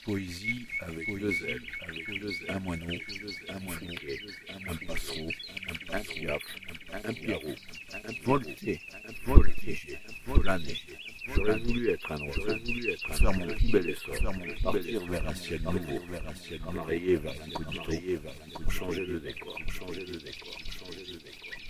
Poésie avec deux L, un moineau, un fouquet, un passereau, un piaf, un pierrot, un volté, planer. J'aurais voulu être un oiseau, faire mon plus bel essor, partir vers un ciel nouveau, enrayer vers l'incognito, changer de décor.